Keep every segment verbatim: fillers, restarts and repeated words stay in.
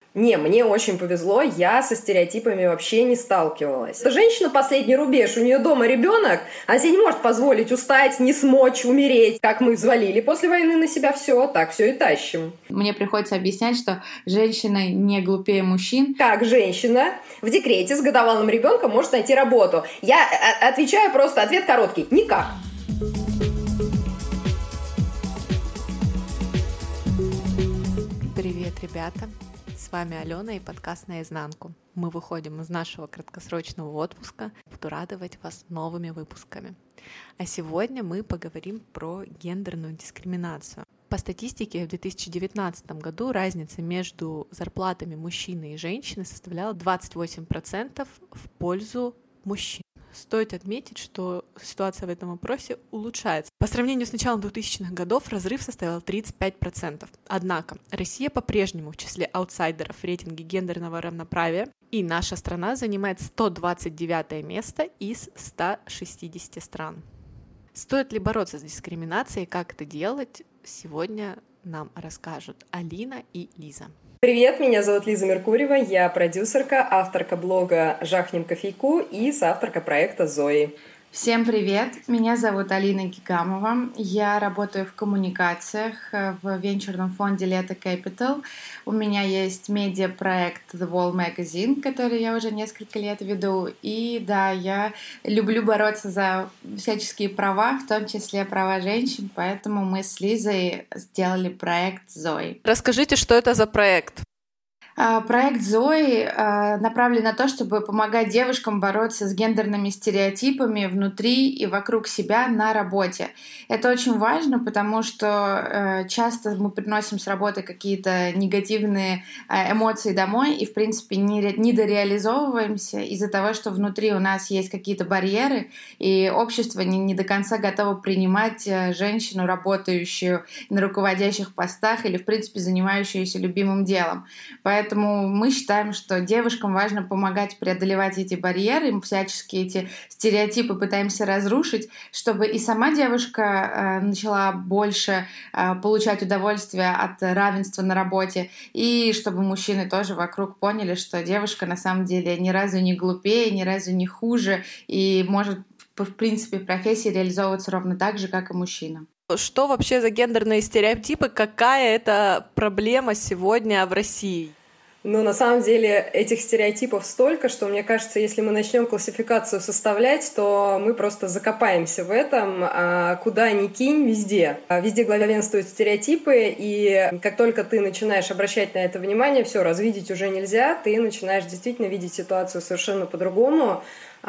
Не, мне очень повезло, я со стереотипами вообще не сталкивалась. Эта женщина последний рубеж, у нее дома ребенок, она себе не может позволить устать, не смочь, умереть. Как мы взвалили после войны на себя все, так все и тащим. Мне приходится объяснять, что женщина не глупее мужчин. Как женщина в декрете с годовалым ребенком может найти работу? Я отвечаю просто, ответ короткий – никак. Привет, ребята! С вами Алена и подкаст «Наизнанку». Мы выходим из нашего краткосрочного отпуска. Буду радовать вас новыми выпусками. А сегодня мы поговорим про гендерную дискриминацию. По статистике в две тысячи девятнадцатом году разница между зарплатами мужчины и женщины составляла двадцать восемь процентов в пользу мужчин. Стоит отметить, что ситуация в этом вопросе улучшается. По сравнению с началом двухтысячных годов разрыв составлял тридцать пять процентов. Однако Россия по-прежнему в числе аутсайдеров в рейтинге гендерного равноправия, и наша страна занимает сто двадцать девятое место из ста шестидесяти стран. Стоит ли бороться с дискриминацией, как это делать, сегодня нам расскажут Алина и Лиза. Привет, меня зовут Лиза Меркурьева, я продюсерка, авторка блога «Жахнем кофейку» и соавторка проекта «Зои». Всем привет, меня зовут Алина Гигамова, я работаю в коммуникациях в венчурном фонде Leta Capital. У меня есть медиапроект The Wall Magazine, который я уже несколько лет веду. И да, я люблю бороться за всяческие права, в том числе права женщин, поэтому мы с Лизой сделали проект Зои. Расскажите, что это за проект? Проект Зои направлен на то, чтобы помогать девушкам бороться с гендерными стереотипами внутри и вокруг себя на работе. Это очень важно, потому что часто мы приносим с работы какие-то негативные эмоции домой и, в принципе, недореализовываемся из-за того, что внутри у нас есть какие-то барьеры, и общество не, не до конца готово принимать женщину, работающую на руководящих постах или, в принципе, занимающуюся любимым делом. Поэтому Поэтому мы считаем, что девушкам важно помогать преодолевать эти барьеры, мы всячески эти стереотипы пытаемся разрушить, чтобы и сама девушка э, начала больше э, получать удовольствие от равенства на работе, и чтобы мужчины тоже вокруг поняли, что девушка на самом деле ни разу не глупее, ни разу не хуже и может, в принципе, в профессии реализовываться ровно так же, как и мужчина. Что вообще за гендерные стереотипы? Какая это проблема сегодня в России? Ну, на самом деле, этих стереотипов столько, что, мне кажется, если мы начнем классификацию составлять, то мы просто закопаемся в этом. А куда ни кинь, везде. Везде главенствуют стереотипы, и как только ты начинаешь обращать на это внимание, все, развидеть уже нельзя, ты начинаешь действительно видеть ситуацию совершенно по-другому.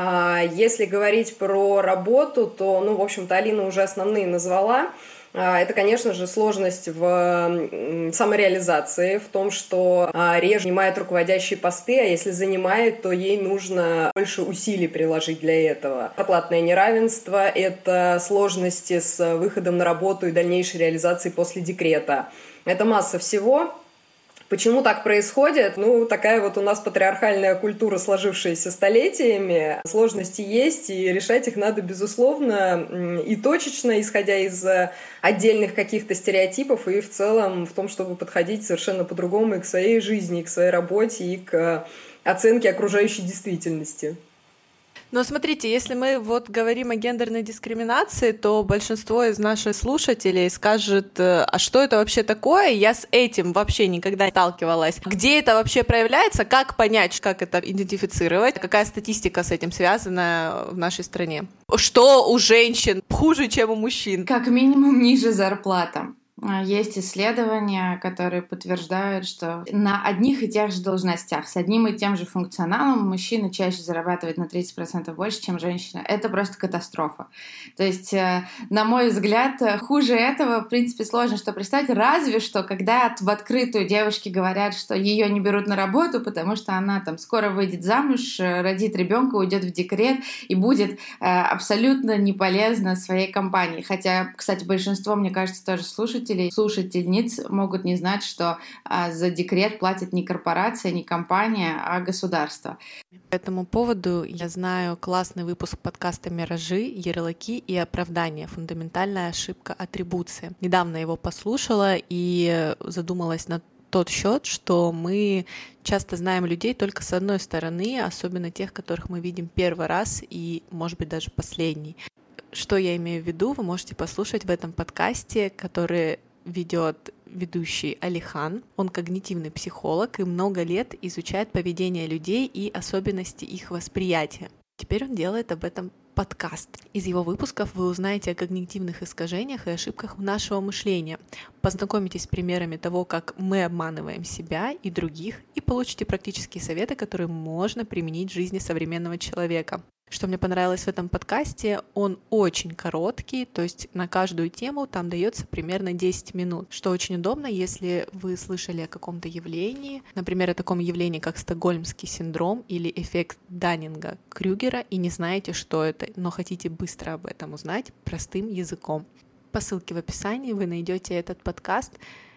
Если говорить про работу, то, ну, в общем-то, Алина уже основные назвала. Это, конечно же, сложность в самореализации, в том, что реже занимает руководящие посты, а если занимает, то ей нужно больше усилий приложить для этого. Зарплатное неравенство — это сложности с выходом на работу и дальнейшей реализацией после декрета. Это масса всего. Почему так происходит? Ну, такая вот у нас патриархальная культура, сложившаяся столетиями. Сложности есть, и решать их надо, безусловно, и точечно, исходя из отдельных каких-то стереотипов, и в целом в том, чтобы подходить совершенно по-другому и к своей жизни, и к своей работе, и к оценке окружающей действительности. Но смотрите, если мы вот говорим о гендерной дискриминации, то большинство из наших слушателей скажет, а что это вообще такое? Я с этим вообще никогда не сталкивалась. Где это вообще проявляется? Как понять, как это идентифицировать? Какая статистика с этим связана в нашей стране? Что у женщин хуже, чем у мужчин? Как минимум ниже зарплата. Есть исследования, которые подтверждают, что на одних и тех же должностях с одним и тем же функционалом мужчина чаще зарабатывает на тридцать процентов больше, чем женщина. Это просто катастрофа. То есть, на мой взгляд, хуже этого, в принципе, сложно что представить, разве что, когда в открытую девушки говорят, что ее не берут на работу, потому что она там скоро выйдет замуж, родит ребенка, уйдет в декрет и будет абсолютно не полезна своей компании. Хотя, кстати, большинство, мне кажется, тоже слушателей, слушательниц могут не знать, что а, за декрет платит не корпорация, не компания, а государство. По этому поводу я знаю классный выпуск подкаста «Миражи. Ярлыки и оправдания. Фундаментальная ошибка атрибуции». Недавно его послушала и задумалась над тот счет, что мы часто знаем людей только с одной стороны, особенно тех, которых мы видим первый раз и, может быть, даже последний. Что я имею в виду, вы можете послушать в этом подкасте, который ведет ведущий Алихан. Он когнитивный психолог и много лет изучает поведение людей и особенности их восприятия. Теперь он делает об этом подкаст. Из его выпусков вы узнаете о когнитивных искажениях и ошибках нашего мышления. Познакомитесь с примерами того, как мы обманываем себя и других, и получите практические советы, которые можно применить в жизни современного человека. Что мне понравилось в этом подкасте, он очень короткий, то есть на каждую тему там дается примерно десять минут, что очень удобно, если вы слышали о каком-то явлении, например, о таком явлении, как стокгольмский синдром или эффект Даннинга-Крюгера, и не знаете, что это, но хотите быстро об этом узнать простым языком. По ссылке в описании вы найдете этот подкаст.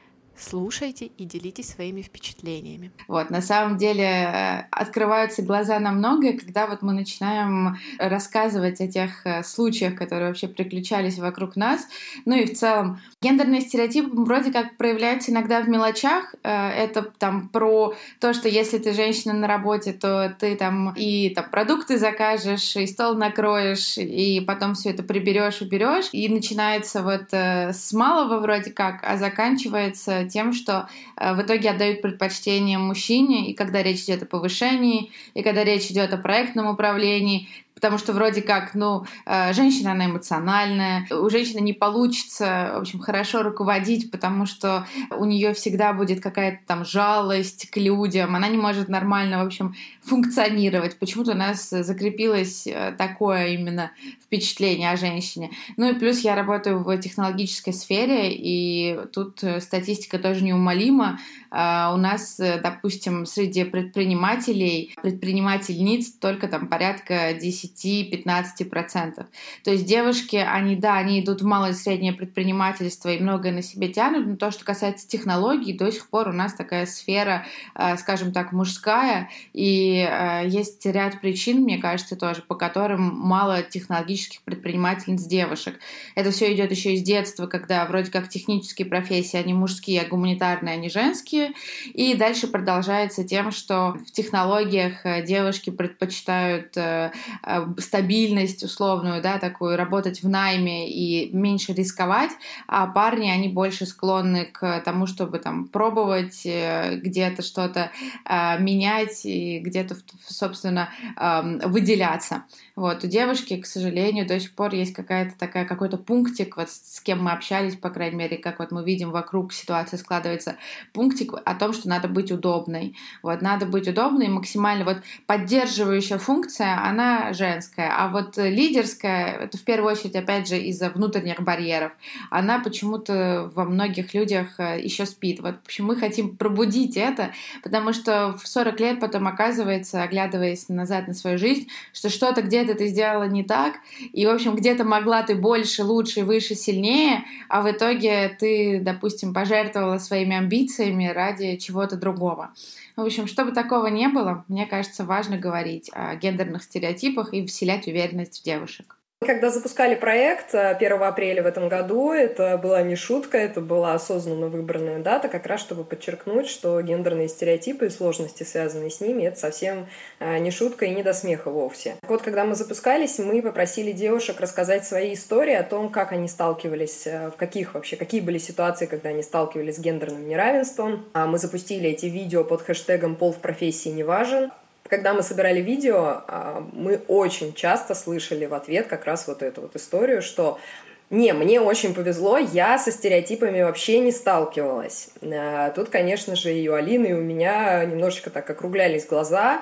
Слушайте и делитесь своими впечатлениями. Вот, на самом деле открываются глаза на многое, когда вот мы начинаем рассказывать о тех случаях, которые вообще приключались вокруг нас. Ну и в целом гендерные стереотипы вроде как проявляются иногда в мелочах. Это там про то, что если ты женщина на работе, то ты там и там продукты закажешь, и стол накроешь, и потом все это приберешь, уберешь. И начинается вот с малого вроде как, а заканчивается тем, что э, в итоге отдают предпочтение мужчине, и когда речь идет о повышении, и когда речь идет о проектном управлении, потому что вроде как, ну, э, женщина, она эмоциональная, у женщины не получится, в общем, хорошо руководить, потому что у нее всегда будет какая-то там жалость к людям, она не может нормально, в общем, функционировать. Почему-то у нас закрепилось такое именно впечатление о женщине. Ну и плюс я работаю в технологической сфере, и тут статистика тоже неумолима. Uh, у нас, допустим, среди предпринимателей, предпринимательниц только там порядка десять-пятнадцать процентов. То есть девушки, они, да, они идут в малое и среднее предпринимательство и многое на себе тянут, но то, что касается технологий, до сих пор у нас такая сфера, uh, скажем так, мужская, и uh, есть ряд причин, мне кажется, тоже, по которым мало технологических предпринимательниц девушек. Это все идет еще из детства, когда вроде как технические профессии, они мужские, а гуманитарные, они женские. И дальше продолжается тем, что в технологиях девушки предпочитают э, э, стабильность условную, да, такую, работать в найме и меньше рисковать, а парни, они больше склонны к тому, чтобы там пробовать, э, где-то что-то э, менять и где-то, собственно, э, выделяться. Вот. У девушки, к сожалению, до сих пор есть какая-то такая, какой-то пунктик, вот с кем мы общались, по крайней мере, как вот мы видим вокруг ситуация складывается, пунктик о том, что надо быть удобной. Вот, надо быть удобной, максимально вот поддерживающая функция, она женская, а вот лидерская, это в первую очередь, опять же, из-за внутренних барьеров, она почему-то во многих людях еще спит. Вот, в общем, мы хотим пробудить это, потому что в сорок лет потом оказывается, оглядываясь назад на свою жизнь, что что-то где-то ты сделала не так, и, в общем, где-то могла ты больше, лучше, выше, сильнее, а в итоге ты, допустим, пожертвовала своими амбициями ради чего-то другого. В общем, чтобы такого не было, мне кажется, важно говорить о гендерных стереотипах и вселять уверенность в девушек. Когда запускали проект первого апреля в этом году, это была не шутка, это была осознанно выбранная дата, как раз чтобы подчеркнуть, что гендерные стереотипы и сложности, связанные с ними, это совсем не шутка и не до смеха вовсе. Так вот, когда мы запускались, мы попросили девушек рассказать свои истории о том, как они сталкивались, в каких вообще, какие были ситуации, когда они сталкивались с гендерным неравенством. Мы запустили эти видео под хэштегом «Пол в профессии не важен». Когда мы собирали видео, мы очень часто слышали в ответ как раз вот эту вот историю, что «не, мне очень повезло, я со стереотипами вообще не сталкивалась». Тут, конечно же, и у Алины, и у меня немножечко так округлялись глаза.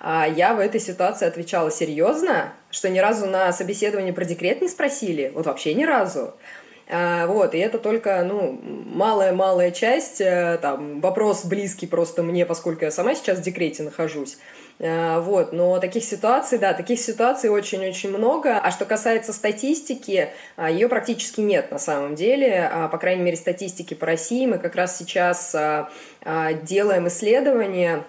Я в этой ситуации отвечала серьезно, что ни разу на собеседовании про декрет не спросили, вот вообще ни разу. Вот, и это только, ну, малая-малая часть, там, вопрос близкий просто мне, поскольку я сама сейчас в декрете нахожусь. Вот, но таких ситуаций, да, таких ситуаций очень-очень много. А что касается статистики, ее практически нет на самом деле. По крайней мере, статистики по России. Мы как раз сейчас делаем исследование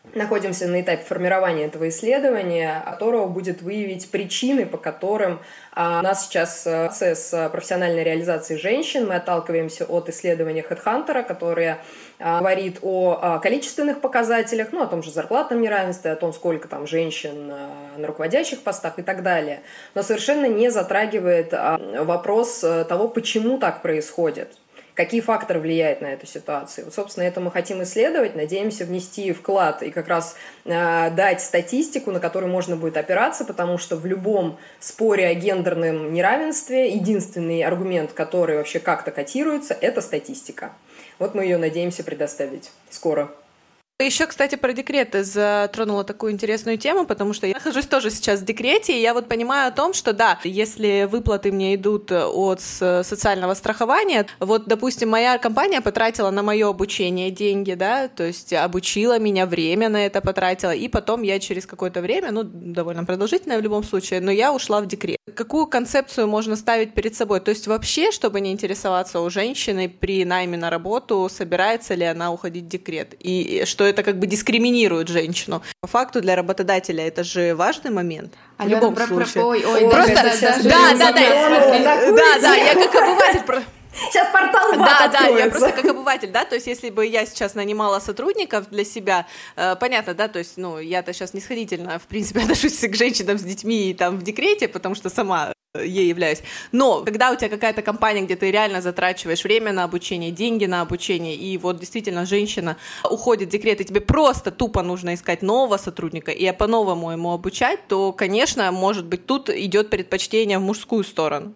находимся на этапе формирования этого исследования, которого будет выявить причины, по которым а, у нас сейчас процесс профессиональной реализации женщин. Мы отталкиваемся от исследования HeadHunter, которое а, говорит о а, количественных показателях, ну, о том же зарплатном неравенстве, о том, сколько там женщин а, на руководящих постах и так далее. Но совершенно не затрагивает а, вопрос того, почему так происходит. Какие факторы влияют на эту ситуацию? Вот, собственно, это мы хотим исследовать, надеемся внести вклад и как раз э, дать статистику, на которую можно будет опираться, потому что в любом споре о гендерном неравенстве единственный аргумент, который вообще как-то котируется, это статистика. Вот мы ее надеемся предоставить скоро. Еще, кстати, про декрет ты затронула такую интересную тему, потому что я нахожусь тоже сейчас в декрете, и я вот понимаю о том, что да, если выплаты мне идут от социального страхования, вот, допустим, моя компания потратила на мое обучение деньги, да, то есть обучила меня, время на это потратила, и потом я через какое-то время, ну, довольно продолжительное в любом случае, но я ушла в декрет. Какую концепцию можно ставить перед собой? То есть вообще, чтобы не интересоваться у женщины при найме на работу, собирается ли она уходить в декрет, и что это как бы дискриминирует женщину. По факту для работодателя это же важный момент. А в любом про, случае. Ой, ой, просто да, да, да, да, да, да, да, я как обыватель. Сейчас портал Да, да, я просто как обыватель, да, то есть если бы я сейчас нанимала сотрудников для себя, э, понятно, да, то есть, ну, я-то сейчас нисходительно, в принципе, отношусь к женщинам с детьми и там в декрете, потому что сама ей являюсь. Но когда у тебя какая-то компания, где ты реально затрачиваешь время на обучение, деньги на обучение, и вот действительно женщина уходит в декрет, и тебе просто тупо нужно искать нового сотрудника и по-новому ему обучать, то, конечно, может быть, тут идет предпочтение в мужскую сторону.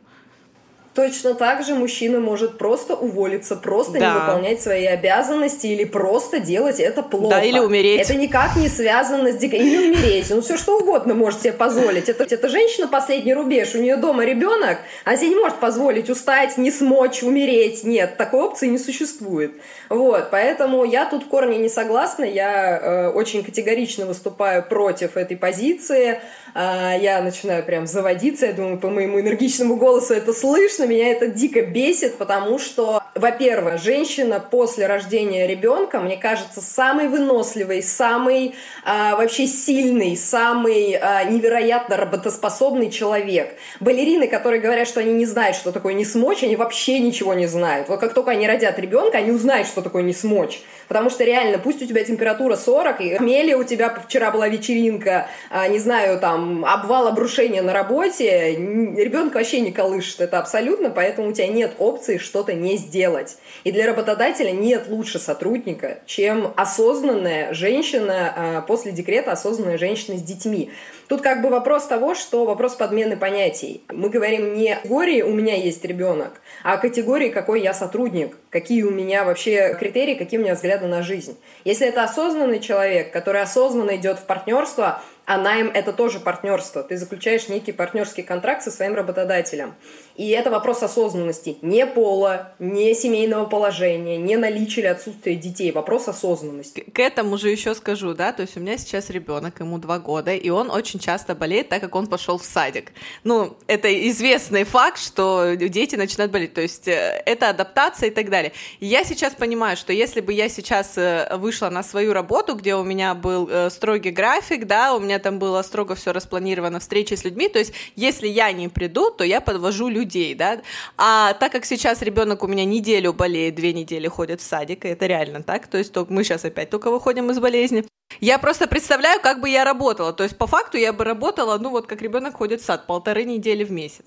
Точно так же мужчина может просто уволиться, просто да. не выполнять свои обязанности или просто делать это плохо. Да, или умереть. Это никак не связано с... Дек... Или умереть. Ну, все что угодно может себе позволить. Это, это женщина последний рубеж, у нее дома ребенок, она себе не может позволить устать, не смочь, умереть. Нет, такой опции не существует. Вот, поэтому я тут в корне не согласна, я э, очень категорично выступаю против этой позиции. Э, я начинаю прям заводиться, я думаю, по моему энергичному голосу это слышно. Меня это дико бесит, потому что, во-первых, женщина после рождения ребенка, мне кажется, самый выносливый, самый а, вообще сильный, самый а, невероятно работоспособный человек. Балерины, которые говорят, что они не знают, что такое не смочь, они вообще ничего не знают. Вот как только они родят ребенка, они узнают, что такое не смочь. Потому что реально, пусть у тебя температура сорок, и хмелье у тебя вчера была вечеринка, а, не знаю, там, обвал, обрушение на работе, ребенка вообще не колышет, это абсолютно. Поэтому у тебя нет опции что-то не сделать. И для работодателя нет лучше сотрудника, чем осознанная женщина после декрета, осознанная женщина с детьми. Тут как бы вопрос того, что вопрос подмены понятий. Мы говорим не о категории «у меня есть ребенок», а о категории «какой я сотрудник», какие у меня вообще критерии, какие у меня взгляды на жизнь. Если это осознанный человек, который осознанно идет в партнерство, а найм – это тоже партнерство. Ты заключаешь некий партнерский контракт со своим работодателем. И это вопрос осознанности. Не пола, не семейного положения, не наличия или отсутствия детей. Вопрос осознанности. К этому же еще скажу, да, то есть у меня сейчас ребенок, ему два года, и он очень часто болеет, так как он пошел в садик. Ну, это известный факт, что дети начинают болеть. То есть это адаптация и так далее. И я сейчас понимаю, что если бы я сейчас вышла на свою работу, где у меня был строгий график, да, у меня там было строго все распланировано, встречи с людьми, то есть если я не приду, то я подвожу людей, да, а так как сейчас ребенок у меня неделю болеет, две недели ходит в садик, и это реально так, то есть мы сейчас опять только выходим из болезни, я просто представляю, как бы я работала, то есть по факту я бы работала, ну вот как ребенок ходит в сад, полторы недели в месяц.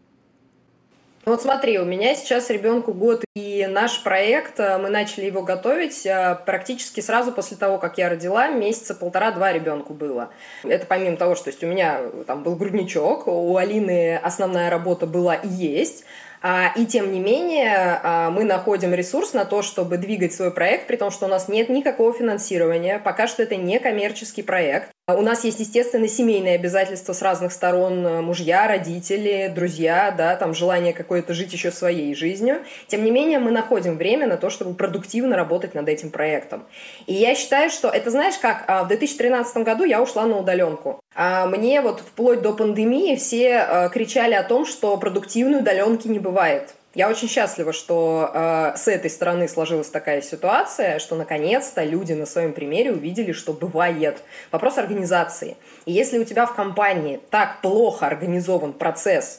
Вот смотри, у меня сейчас ребенку год, и наш проект, мы начали его готовить практически сразу после того, как я родила, месяца полтора-два ребенку было. Это помимо того, что есть, у меня там был грудничок, у Алины основная работа была и есть. И тем не менее мы находим ресурс на то, чтобы двигать свой проект, при том, что у нас нет никакого финансирования, пока что это не коммерческий проект. У нас есть, естественно, семейные обязательства с разных сторон, мужья, родители, друзья, да, там желание какое-то жить еще своей жизнью. Тем не менее, мы находим время на то, чтобы продуктивно работать над этим проектом. И я считаю, что это, знаешь, как в две тысячи тринадцатом году я ушла на удаленку. Мне вот вплоть до пандемии все кричали о том, что продуктивной удаленки не бывает. Я очень счастлива, что э, с этой стороны сложилась такая ситуация, что наконец-то люди на своем примере увидели, что бывает. Вопрос организации. И если у тебя в компании так плохо организован процесс,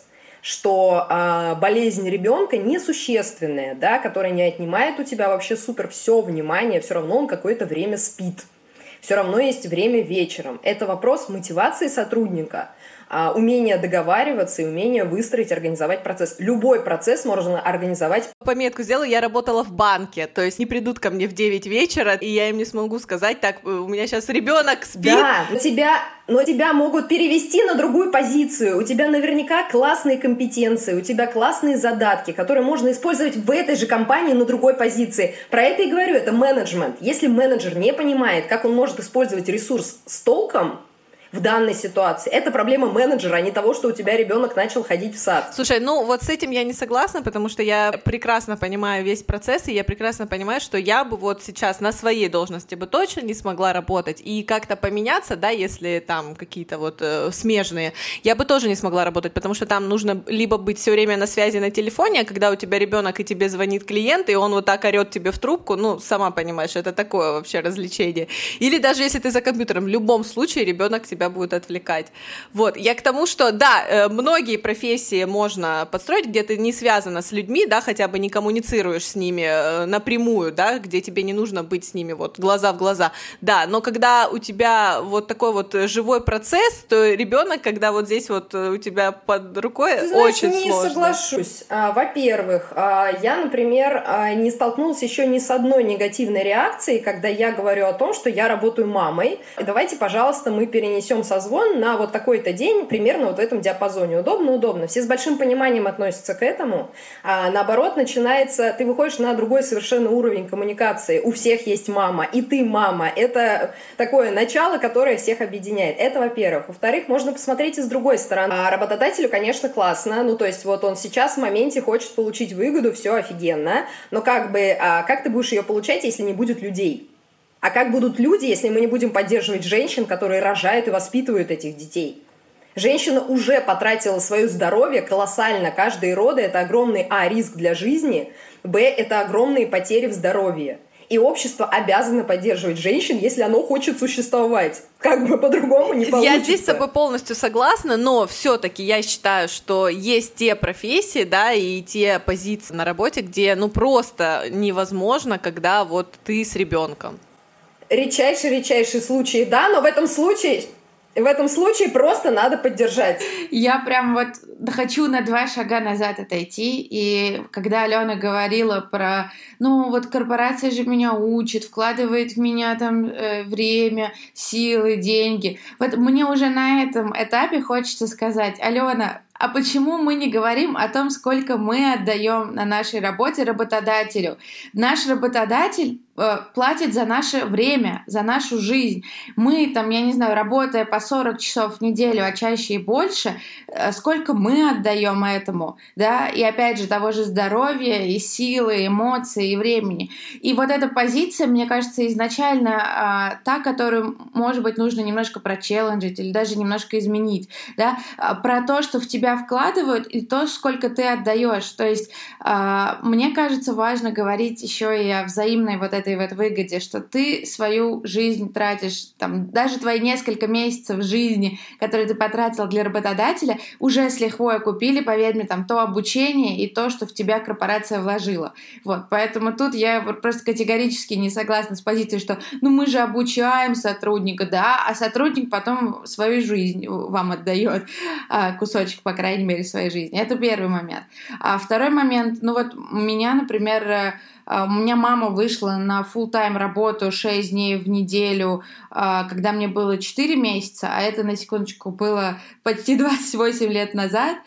что э, болезнь ребенка несущественная, да, которая не отнимает у тебя вообще супер все внимание, все равно он какое-то время спит. Все равно есть время вечером. Это вопрос мотивации сотрудника, умение договариваться и умение выстроить, организовать процесс. Любой процесс можно организовать. Пометку сделаю, я работала в банке, то есть не придут ко мне в девять вечера, и я им не смогу сказать, так, у меня сейчас ребенок спит. Да, но тебя, но тебя могут перевести на другую позицию. У тебя наверняка классные компетенции, у тебя классные задатки, которые можно использовать в этой же компании на другой позиции. Про это и говорю, это менеджмент. Если менеджер не понимает, как он может использовать ресурс с толком, в данной ситуации. Это проблема менеджера, а не того, что у тебя ребенок начал ходить в сад. Слушай, ну вот с этим я не согласна, потому что я прекрасно понимаю весь процесс, и я прекрасно понимаю, что я бы вот сейчас на своей должности бы точно не смогла работать, и как-то поменяться, да, если там какие-то вот э, смежные, я бы тоже не смогла работать, потому что там нужно либо быть все время на связи на телефоне, а когда у тебя ребенок и тебе звонит клиент, и он вот так орет тебе в трубку, ну, сама понимаешь, это такое вообще развлечение. Или даже если ты за компьютером, в любом случае ребенок тебя будет отвлекать. Вот, я к тому, что, да, многие профессии можно подстроить, где ты не связана с людьми, да, хотя бы не коммуницируешь с ними напрямую, да, где тебе не нужно быть с ними вот глаза в глаза, да, но когда у тебя вот такой вот живой процесс, то ребенок, когда вот здесь вот у тебя под рукой, ты знаешь, очень не сложно. Соглашусь. Во-первых, я, например, не столкнулась еще ни с одной негативной реакцией, когда я говорю о том, что я работаю мамой. Давайте, пожалуйста, мы перенесем созвон на вот такой-то день, примерно вот в этом диапазоне. Удобно, удобно. Все с большим пониманием относятся к этому. А наоборот, начинается, ты выходишь на другой совершенно уровень коммуникации. У всех есть мама, и ты мама. Это такое начало, которое всех объединяет. Это, во-первых. Во-вторых, можно посмотреть и с другой стороны. А работодателю, конечно, классно. Ну, то есть вот он сейчас в моменте хочет получить выгоду, все офигенно. Но как бы, а как ты будешь ее получать, если не будет людей? А как будут люди, если мы не будем поддерживать женщин, которые рожают и воспитывают этих детей? Женщина уже потратила свое здоровье колоссально. Каждые роды – это огромный, а, риск для жизни, б, это огромные потери в здоровье. И общество обязано поддерживать женщин, если оно хочет существовать. Как бы по-другому не получится. Я здесь с тобой полностью согласна, но все-таки я считаю, что есть те профессии, да, и те позиции на работе, где ну просто невозможно, когда вот ты с ребенком. Редчайший-редчайший случай, да, но в этом случае, в этом случае просто надо поддержать. Я прям вот хочу на два шага назад отойти, и когда Алена говорила про, ну вот корпорация же меня учит, вкладывает в меня там э, время, силы, деньги, вот мне уже на этом этапе хочется сказать: Алена, а почему мы не говорим о том, сколько мы отдаем на нашей работе работодателю? Наш работодатель э, платит за наше время, за нашу жизнь. Мы там, я не знаю, работая по сорок часов в неделю, а чаще и больше, э, сколько мы отдаем этому, да? И опять же, того же здоровья, и силы, эмоций, и времени. И вот эта позиция, мне кажется, изначально э, та, которую, может быть, нужно немножко прочелленджить или даже немножко изменить, да? Про то, что в тебя вкладывают, и то, сколько ты отдаешь. То есть э, мне кажется, важно говорить еще и о взаимной вот этой вот выгоде, что ты свою жизнь тратишь, там, даже твои несколько месяцев жизни, которые ты потратил для работодателя, уже с лихвой окупили, поверь мне, там, то обучение и то, что в тебя корпорация вложила. Вот, поэтому тут я просто категорически не согласна с позицией, что ну мы же обучаем сотрудника, да, а сотрудник потом свою жизнь вам отдает, кусочек, по крайней мере, своей жизни. Это первый момент. А второй момент, ну вот у меня, например, у меня мама вышла на фулл-тайм работу шесть дней в неделю, когда мне было четыре месяца, а это, на секундочку, было почти двадцать восемь лет назад.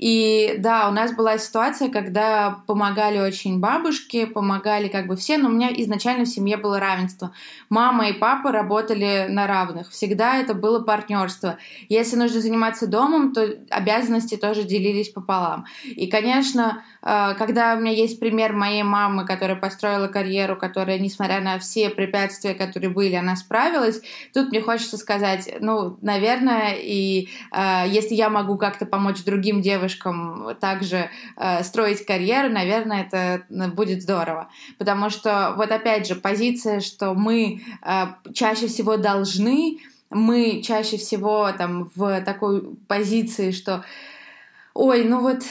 И да, у нас была ситуация, когда помогали очень бабушки, помогали как бы все, но у меня изначально в семье было равенство. Мама и папа работали на равных. Всегда это было партнерство. Если нужно заниматься домом, то обязанности тоже делились пополам. И, конечно, когда у меня есть пример моей мамы, которая которая построила карьеру, которая, несмотря на все препятствия, которые были, она справилась. Тут мне хочется сказать, ну, наверное, и э, если я могу как-то помочь другим девушкам также э, строить карьеру, наверное, это будет здорово. Потому что, вот опять же, позиция, что мы э, чаще всего должны, мы чаще всего там в такой позиции, что ой, ну вот,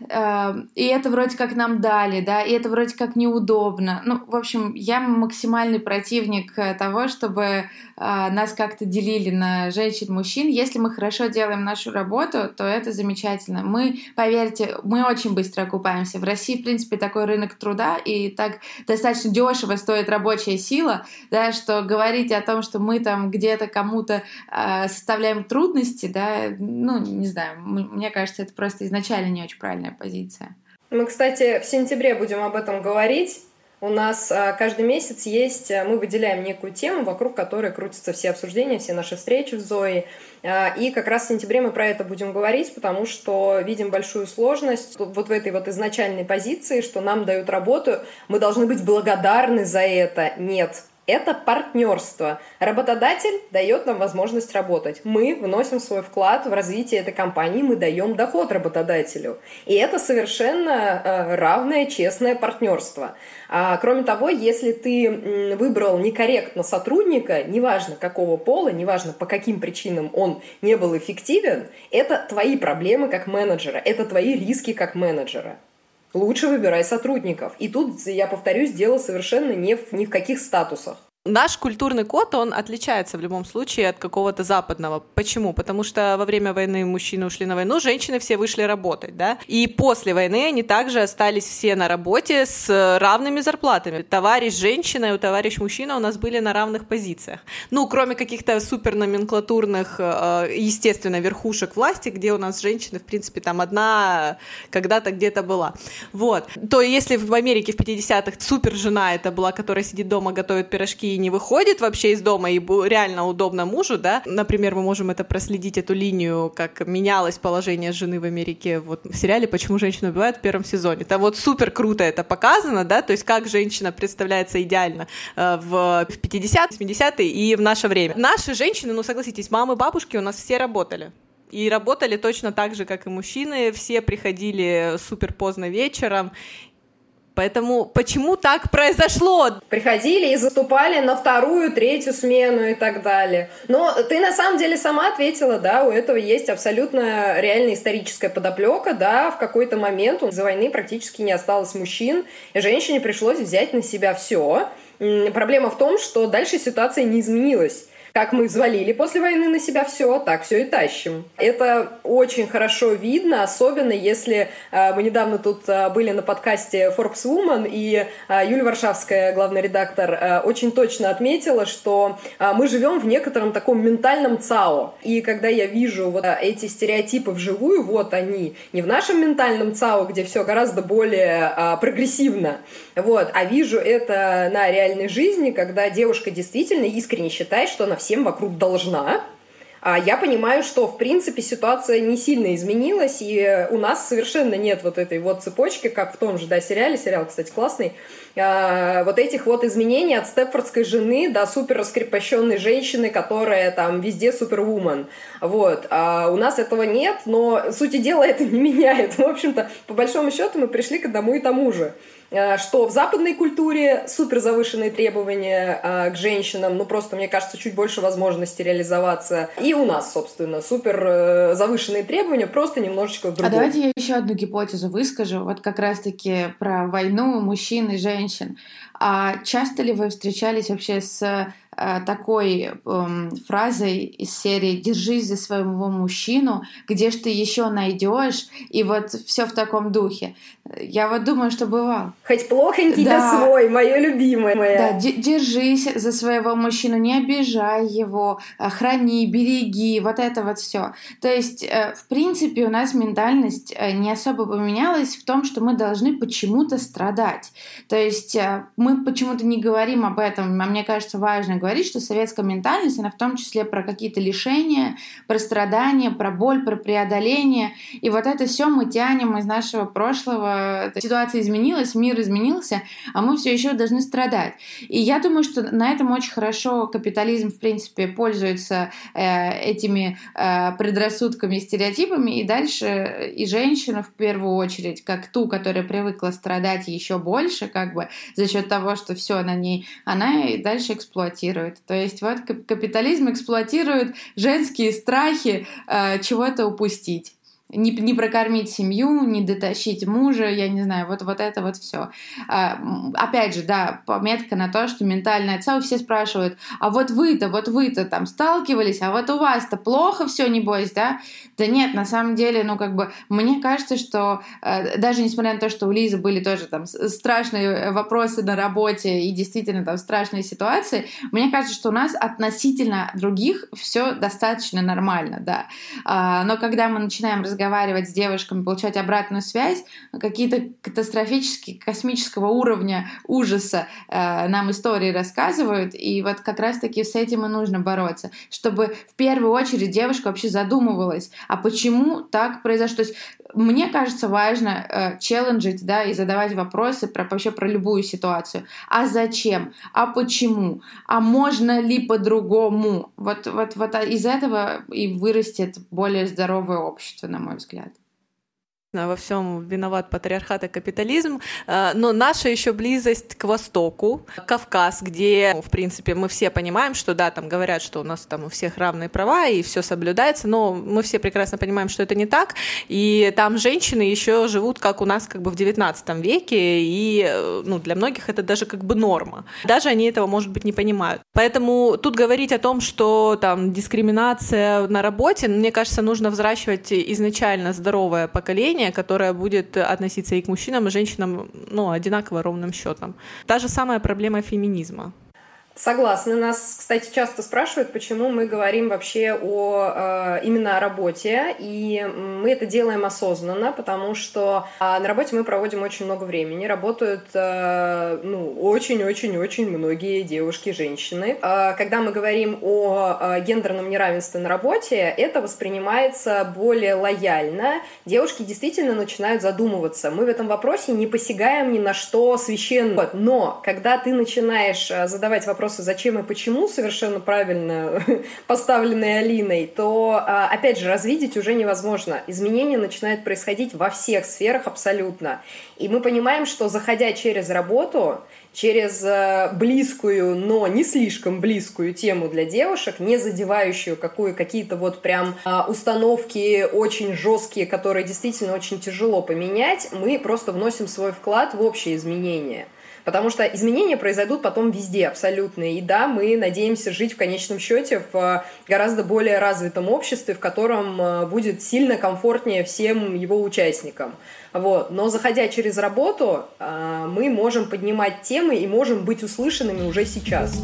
э, и это вроде как нам дали, да, и это вроде как неудобно. Ну, в общем, я максимальный противник того, чтобы э, нас как-то делили на женщин, мужчин. Если мы хорошо делаем нашу работу, то это замечательно. Мы, поверьте, мы очень быстро окупаемся. В России, в принципе, такой рынок труда, и так достаточно дешево стоит рабочая сила, да, что говорить о том, что мы там где-то кому-то э, составляем трудности, да, ну, не знаю, мне кажется, это просто изначально не очень правильная позиция. Мы, кстати, в сентябре будем об этом говорить. У нас каждый месяц есть, мы выделяем некую тему, вокруг которой крутятся все обсуждения, все наши встречи в Зое. И как раз в сентябре мы про это будем говорить, потому что видим большую сложность вот в этой вот изначальной позиции, что нам дают работу, мы должны быть благодарны за это. Нет. Это партнерство. Работодатель дает нам возможность работать. Мы вносим свой вклад в развитие этой компании, мы даем доход работодателю. И это совершенно э, равное, честное партнерство. А, кроме того, если ты выбрал некорректно сотрудника, неважно какого пола, неважно по каким причинам он не был эффективен, это твои проблемы как менеджера, это твои риски как менеджера. Лучше выбирай сотрудников. И тут, я повторюсь, дело совершенно не в, ни в каких статусах. Наш культурный код, он отличается в любом случае от какого-то западного. Почему? Потому что во время войны мужчины ушли на войну, женщины все вышли работать, да? И после войны они также остались все на работе с равными зарплатами. Товарищ женщина и у товарищ мужчина у нас были на равных позициях. Ну, кроме каких-то суперноменклатурных, естественно, верхушек власти, где у нас женщины, в принципе, там одна когда-то где-то была. Вот. То если в Америке в пятидесятых супер жена это была, которая сидит дома, готовит пирожки и не выходит вообще из дома, и реально удобно мужу, да, например, мы можем это проследить, эту линию, как менялось положение жены в Америке вот в сериале «Почему женщины убивают» в первом сезоне. Там вот супер круто это показано, да, то есть как женщина представляется идеально э, в пятидесятые, восьмидесятые и в наше время. Наши женщины, ну согласитесь, мамы, бабушки у нас все работали. И работали точно так же, как и мужчины, все приходили супер поздно вечером. Поэтому почему так произошло? Приходили и заступали на вторую, третью смену и так далее. Но ты на самом деле сама ответила, да, у этого есть абсолютно реальная историческая подоплека, да, в какой-то момент из-за войны практически не осталось мужчин, и женщине пришлось взять на себя все. Проблема в том, что дальше ситуация не изменилась. Как мы взвалили после войны на себя все, так все и тащим. Это очень хорошо видно, особенно если э, мы недавно тут э, были на подкасте Forbes Woman, и э, Юля Варшавская, главный редактор, э, очень точно отметила, что э, мы живем в некотором таком ментальном ЦАО. И когда я вижу вот э, эти стереотипы вживую, вот они, не в нашем ментальном ЦАО, где все гораздо более э, прогрессивно, вот, а вижу это на реальной жизни, когда девушка действительно искренне считает, что она всем вокруг должна. А я понимаю, что, в принципе, ситуация не сильно изменилась, и у нас совершенно нет вот этой вот цепочки, как в том же, да, сериале, сериал, кстати, классный, а, вот этих вот изменений от степфордской жены до супер раскрепощенной женщины, которая там везде супервумен. Вот. А у нас этого нет, но сути дела это не меняет. В общем-то, по большому счету мы пришли к одному и тому же. Что в западной культуре супер завышенные требования а, к женщинам, ну просто, мне кажется, чуть больше возможностей реализоваться. И у нас, собственно, супер э, завышенные требования, просто немножечко в другом. А давайте я еще одну гипотезу выскажу, вот как раз-таки про войну мужчин и женщин. А часто ли вы встречались вообще с такой эм, фразой из серии «Держись за своего мужчину, где ж ты еще найдешь?» И вот все в таком духе. Я вот думаю, что бывало. Хоть плохонький, да, да свой, мое любимое. Да, держись за своего мужчину, не обижай его, храни, береги, вот это вот все. То есть, в принципе, у нас ментальность не особо поменялась в том, что мы должны почему-то страдать. То есть мы почему-то не говорим об этом, а мне кажется, важно говорить, что советская ментальность, она в том числе про какие-то лишения, про страдания, про боль, про преодоление. И вот это все мы тянем из нашего прошлого э, ситуация изменилась, мир изменился, а мы все еще должны страдать. И я думаю, что на этом очень хорошо капитализм, в принципе, пользуется э, этими э, предрассудками и стереотипами, и дальше и женщину в первую очередь, как ту, которая привыкла страдать еще больше, как бы за счет того, что все на ней, она и дальше эксплуатирует. То есть вот капитализм эксплуатирует женские страхи э, чего-то упустить. Не, не прокормить семью, не дотащить мужа, я не знаю, вот, вот это вот все. А, опять же, да, пометка на то, что ментальное отца, все спрашивают, а вот вы-то, вот вы-то там сталкивались, а вот у вас-то плохо все, небось, да? Да нет, на самом деле, ну как бы, мне кажется, что э, даже несмотря на то, что у Лизы были тоже там страшные вопросы на работе и действительно там страшные ситуации, мне кажется, что у нас относительно других все достаточно нормально, да. А, но когда мы начинаем разговаривать разговаривать с девушками, получать обратную связь, какие-то катастрофические, космического уровня ужаса э, нам истории рассказывают, и вот как раз-таки с этим и нужно бороться, чтобы в первую очередь девушка вообще задумывалась, а почему так произошло. То есть мне кажется важно э, челленджить, да, и задавать вопросы про, вообще про любую ситуацию. А зачем? А почему? А можно ли по-другому? Вот, вот, вот из этого и вырастет более здоровое общество, на мой взгляд. Во всем виноват патриархат и капитализм, но наша еще близость к Востоку, Кавказ, где, в принципе, мы все понимаем, что да, там говорят, что у нас там у всех равные права и все соблюдается, но мы все прекрасно понимаем, что это не так, и там женщины еще живут, как у нас как бы в девятнадцатом веке, и ну, для многих это даже как бы норма. Даже они этого, может быть, не понимают. Поэтому тут говорить о том, что там дискриминация на работе, мне кажется, нужно взращивать изначально здоровое поколение, которая будет относиться и к мужчинам, и женщинам, ну, одинаково ровным счетом. Та же самая проблема феминизма. Согласна. Нас, кстати, часто спрашивают, почему мы говорим вообще о, э, именно о работе, и мы это делаем осознанно, потому что э, на работе мы проводим очень много времени, работают э, ну, очень-очень-очень многие девушки, женщины. Э, когда мы говорим о э, гендерном неравенстве на работе, это воспринимается более лояльно. Девушки действительно начинают задумываться. Мы в этом вопросе не посягаем ни на что священное, но когда ты начинаешь задавать вопросы, зачем и почему, совершенно правильно поставленные Алиной, то, опять же, развидеть уже невозможно. Изменения начинают происходить во всех сферах абсолютно. И мы понимаем, что, заходя через работу, через близкую, но не слишком близкую тему для девушек, не задевающую какую, какие-то вот прям установки очень жесткие, которые действительно очень тяжело поменять, мы просто вносим свой вклад в общее изменение. Потому что изменения произойдут потом везде абсолютно. И да, мы надеемся жить в конечном счете в гораздо более развитом обществе, в котором будет сильно комфортнее всем его участникам. Вот. Но заходя через работу, мы можем поднимать темы и можем быть услышанными уже сейчас.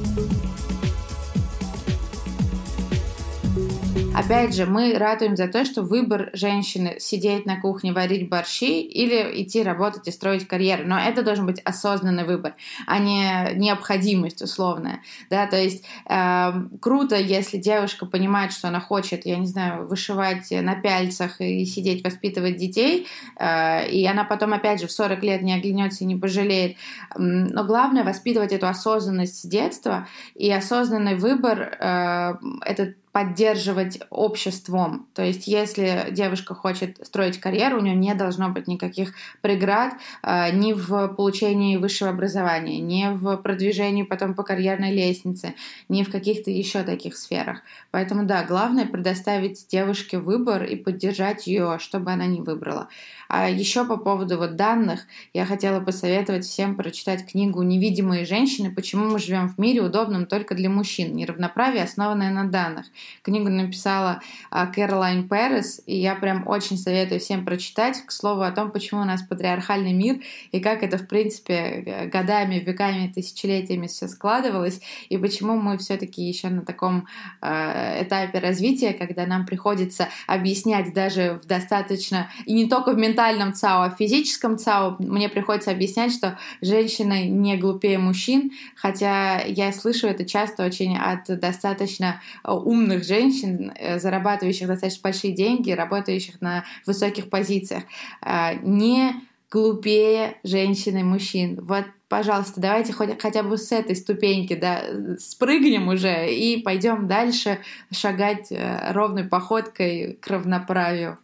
Опять же, мы ратуем за то, что выбор женщины сидеть на кухне, варить борщи или идти работать и строить карьеру. Но это должен быть осознанный выбор, а не необходимость условная. Да, то есть э, круто, если девушка понимает, что она хочет, я не знаю, вышивать на пяльцах и сидеть воспитывать детей, э, и она потом опять же в сорок лет не оглянется и не пожалеет. Но главное воспитывать эту осознанность с детства, и осознанный выбор э, — это поддерживать обществом. То есть если девушка хочет строить карьеру, у нее не должно быть никаких преград э, ни в получении высшего образования, ни в продвижении потом по карьерной лестнице, ни в каких-то еще таких сферах. Поэтому да, главное предоставить девушке выбор и поддержать ее, чтобы она не выбрала. А еще по поводу вот данных, я хотела посоветовать всем прочитать книгу «Невидимые женщины. Почему мы живем в мире, удобном только для мужчин. Неравноправие, основанное на данных». Книгу написала Кэролайн Перес, и я прям очень советую всем прочитать, к слову о том, почему у нас патриархальный мир, и как это, в принципе, годами, веками, тысячелетиями все складывалось, и почему мы все-таки еще на таком э, этапе развития, когда нам приходится объяснять даже в достаточно, и не только в ментальном ЦАО, а в физическом ЦАО, мне приходится объяснять, что женщины не глупее мужчин, хотя я слышу это часто очень от достаточно умных женщин, зарабатывающих достаточно большие деньги, работающих на высоких позициях. Не глупее женщин и мужчин. Вот, пожалуйста, давайте хоть, хотя бы с этой ступеньки, да, спрыгнем уже и пойдем дальше шагать ровной походкой к равноправию.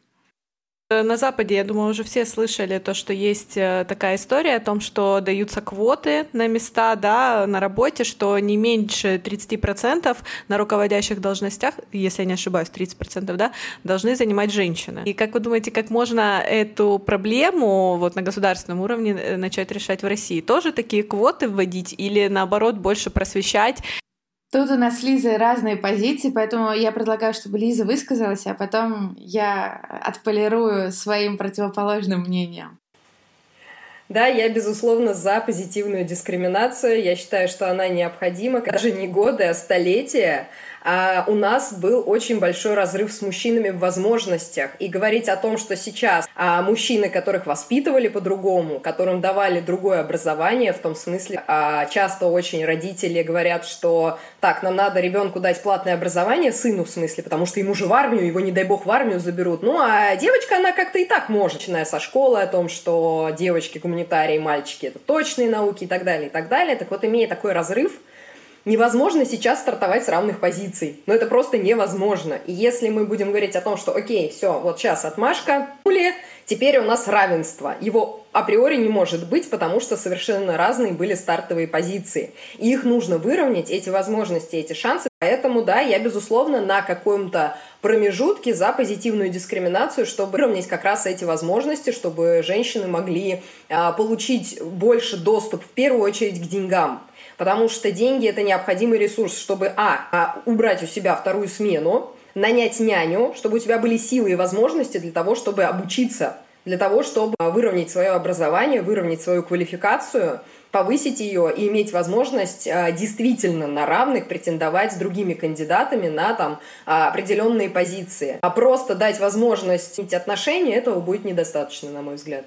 На Западе, я думаю, уже все слышали то, что есть такая история о том, что даются квоты на места, да, на работе, что не меньше тридцать процентов на руководящих должностях, если я не ошибаюсь, тридцать процентов, да, должны занимать женщины. И как вы думаете, как можно эту проблему вот на государственном уровне начать решать в России? Тоже такие квоты вводить или, наоборот, больше просвещать? Тут у нас с Лизой разные позиции, поэтому я предлагаю, чтобы Лиза высказалась, а потом я отполирую своим противоположным мнением. Да, я, безусловно, за позитивную дискриминацию. Я считаю, что она необходима. Даже не годы, а столетия. А у нас был очень большой разрыв с мужчинами в возможностях. И говорить о том, что сейчас а, мужчины, которых воспитывали по-другому, которым давали другое образование, в том смысле, а, часто очень родители говорят, что так, нам надо ребенку дать платное образование, сыну в смысле, потому что ему же в армию, его, не дай бог, в армию заберут. Ну, а девочка, она как-то и так может, начиная со школы, о том, что девочки, гуманитарии, мальчики — это точные науки и так далее, и так далее. Так вот, имея такой разрыв, невозможно сейчас стартовать с равных позиций. Но это просто невозможно. И если мы будем говорить о том, что окей, все, вот сейчас отмашка, теперь у нас равенство. Его априори не может быть, потому что совершенно разные были стартовые позиции. И их нужно выровнять, эти возможности, эти шансы. Поэтому, да, я, безусловно, на каком-то промежутке за позитивную дискриминацию, чтобы выровнять как раз эти возможности, чтобы женщины могли а, получить больше доступ, в первую очередь, к деньгам. Потому что деньги – это необходимый ресурс, чтобы, а, убрать у себя вторую смену, нанять няню, чтобы у тебя были силы и возможности для того, чтобы обучиться, для того, чтобы выровнять свое образование, выровнять свою квалификацию, повысить ее и иметь возможность действительно на равных претендовать с другими кандидатами на там, определенные позиции. А просто дать возможность иметь отношения, этого будет недостаточно, на мой взгляд.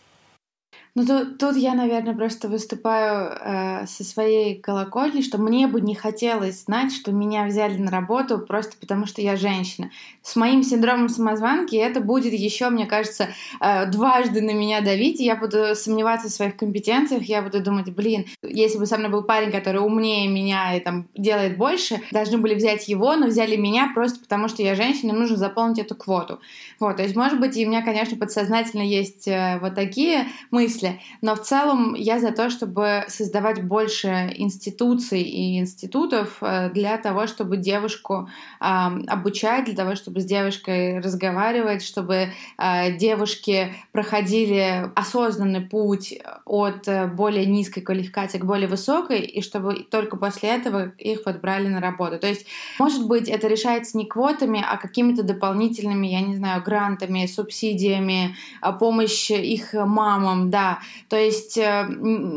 Ну, тут, тут я, наверное, просто выступаю э, со своей колокольни, что мне бы не хотелось знать, что меня взяли на работу просто потому, что я женщина. С моим синдромом самозванки это будет еще, мне кажется, э, дважды на меня давить, и я буду сомневаться в своих компетенциях, я буду думать, блин, если бы со мной был парень, который умнее меня и там делает больше, должны были взять его, но взяли меня просто потому, что я женщина, и нужно заполнить эту квоту. Вот, то есть, может быть, и у меня, конечно, подсознательно есть э, вот такие мысли, но в целом я за то, чтобы создавать больше институций и институтов для того, чтобы девушку э, обучать, для того, чтобы с девушкой разговаривать, чтобы э, девушки проходили осознанный путь от более низкой квалификации к более высокой, и чтобы только после этого их вот брали на работу. То есть, может быть, это решается не квотами, а какими-то дополнительными, я не знаю, грантами, субсидиями, помощь их мамам, да. То есть я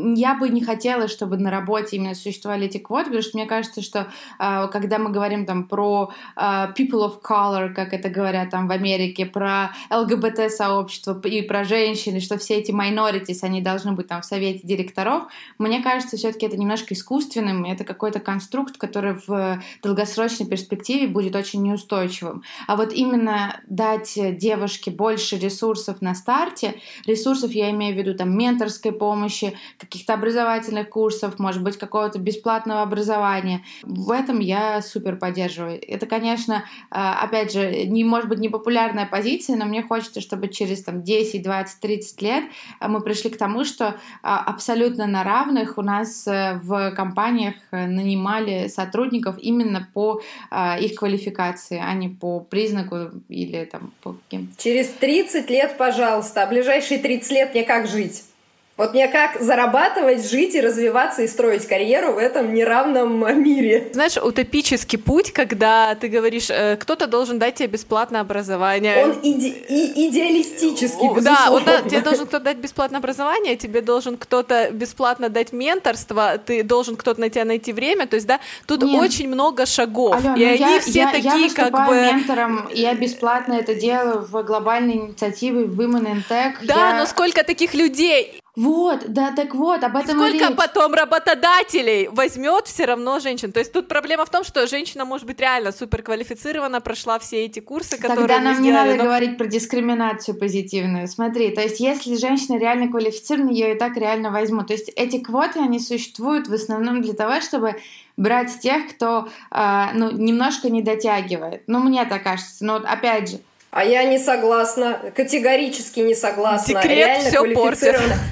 бы не хотела, чтобы на работе именно существовали эти квоты, потому что мне кажется, что когда мы говорим там про people of color, как это говорят там в Америке, про эл гэ бэ тэ-сообщество и про женщин, что все эти minorities, они должны быть там в совете директоров, мне кажется, все-таки это немножко искусственным, это какой-то конструкт, который в долгосрочной перспективе будет очень неустойчивым. А вот именно дать девушке больше ресурсов на старте, ресурсов я имею в виду там менторской помощи, каких-то образовательных курсов, может быть, какого-то бесплатного образования. В этом я супер поддерживаю. Это, конечно, опять же, не, может быть, не популярная позиция, но мне хочется, чтобы через там, десять, двадцать, тридцать лет мы пришли к тому, что абсолютно на равных у нас в компаниях нанимали сотрудников именно по их квалификации, а не по признаку или там по каким-то. Через тридцать лет, пожалуйста, а ближайшие тридцать лет мне как жить? Вот мне как зарабатывать, жить и развиваться и строить карьеру в этом неравном мире? Знаешь, утопический путь, когда ты говоришь, кто-то должен дать тебе бесплатное образование. Он иде- и идеалистический, безусловно. Да, он, да, тебе должен кто-то дать бесплатное образование, тебе должен кто-то бесплатно дать менторство, ты должен кто-то на тебя найти время, то есть, да, тут Нет. очень много шагов, Алена, и они я, все я, такие, я как бы... Я ментором, я бесплатно это делаю в глобальной инициативе Women in Tech. Да, я... но сколько таких людей... Вот, да, так вот, об этом и речь. Сколько потом работодателей возьмет все равно женщин? То есть тут проблема в том, что женщина может быть реально суперквалифицирована, прошла все эти курсы, которые Тогда мы нам не сделали, надо но... говорить про дискриминацию позитивную. Смотри, то есть если женщина реально квалифицирована, ее и так реально возьмут. То есть эти квоты, они существуют в основном для того, чтобы брать тех, кто э, ну, немножко не дотягивает. Ну, мне так кажется. Но вот опять же, а я не согласна, категорически не согласна. Декрет Реально всё портит.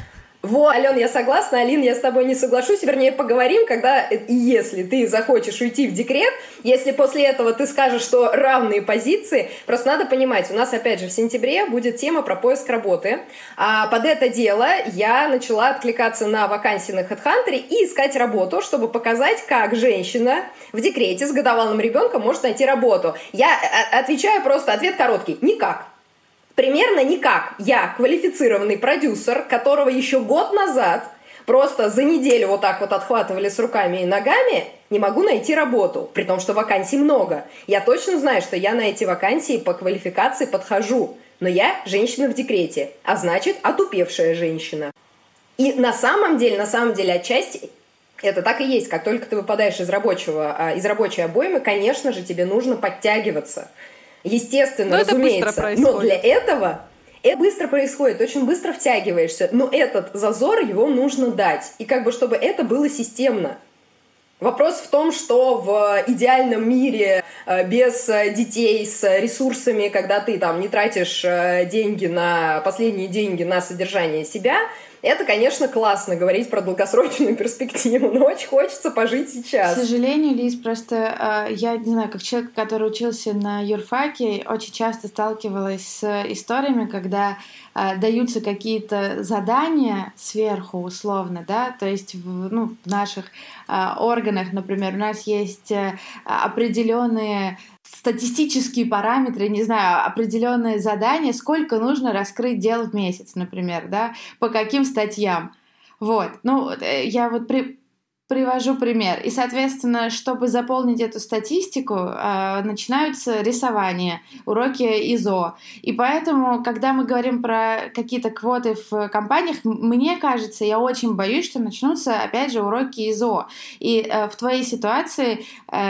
Вот, Ален, я согласна, Алин, я с тобой не соглашусь, вернее, поговорим, когда и если ты захочешь уйти в декрет, если после этого ты скажешь, что равные позиции, просто надо понимать, у нас, опять же, в сентябре будет тема про поиск работы, а под это дело я начала откликаться на вакансии на HeadHunter и искать работу, чтобы показать, как женщина в декрете с годовалым ребенком может найти работу. Я отвечаю просто, ответ короткий – никак. Примерно никак. Я квалифицированный продюсер, которого еще год назад просто за неделю вот так вот отхватывали с руками и ногами, не могу найти работу, при том, что вакансий много. Я точно знаю, что я на эти вакансии по квалификации подхожу, но я женщина в декрете, а значит, отупевшая женщина. И на самом деле, на самом деле, отчасти это так и есть. Как только ты выпадаешь из рабочего, из рабочей обоймы, конечно же, тебе нужно подтягиваться. Естественно, но разумеется, но для этого это быстро происходит, очень быстро втягиваешься, но этот зазор, его нужно дать, и как бы чтобы это было системно. Вопрос в том, что в идеальном мире без детей, с ресурсами, когда ты там не тратишь деньги на последние деньги на содержание себя, это, конечно, классно говорить про долгосрочную перспективу, но очень хочется пожить сейчас. К сожалению, Лиз, просто э, я не знаю, как человек, который учился на юрфаке, очень часто сталкивалась с историями, когда э, даются какие-то задания сверху, условно, да, то есть в, ну, в наших э, органах, например, у нас есть э, определенные статистические параметры, не знаю, определенные задания, сколько нужно раскрыть дел в месяц, например, да, по каким статьям. Вот, ну, я вот при... привожу пример. И, соответственно, чтобы заполнить эту статистику, начинаются рисования, уроки ИЗО. И поэтому, когда мы говорим про какие-то квоты в компаниях, мне кажется, я очень боюсь, что начнутся, опять же, уроки ИЗО. И в твоей ситуации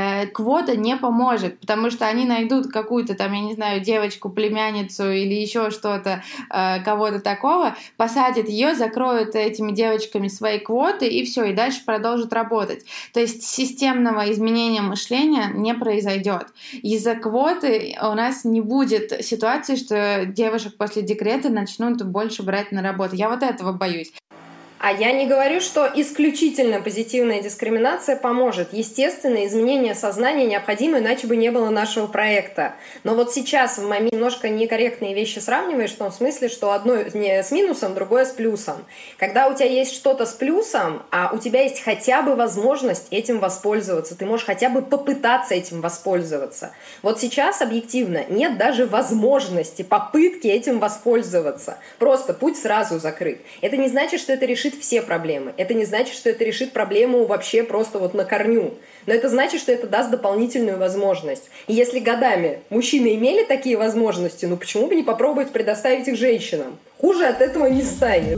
квота не поможет, потому что они найдут какую-то там, я не знаю, девочку, племянницу или еще что-то, кого-то такого, посадят ее, закроют этими девочками свои квоты, и все, и дальше продолжат работать. То есть системного изменения мышления не произойдет. Из-за квоты у нас не будет ситуации, что девушек после декрета начнут больше брать на работу. Я вот этого боюсь. А я не говорю, что исключительно позитивная дискриминация поможет. Естественно, изменение сознания необходимо, иначе бы не было нашего проекта. Но вот сейчас в момент немножко некорректные вещи сравниваешь, в том смысле, что одно не с минусом, другое с плюсом. Когда у тебя есть что-то с плюсом, а у тебя есть хотя бы возможность этим воспользоваться, ты можешь хотя бы попытаться этим воспользоваться. Вот сейчас объективно нет даже возможности, попытки этим воспользоваться. Просто путь сразу закрыт. Это не значит, что это решит все проблемы. Это не значит, что это решит проблему вообще просто вот на корню. Но это значит, что это даст дополнительную возможность. И если годами мужчины имели такие возможности, ну почему бы не попробовать предоставить их женщинам? Хуже от этого не станет.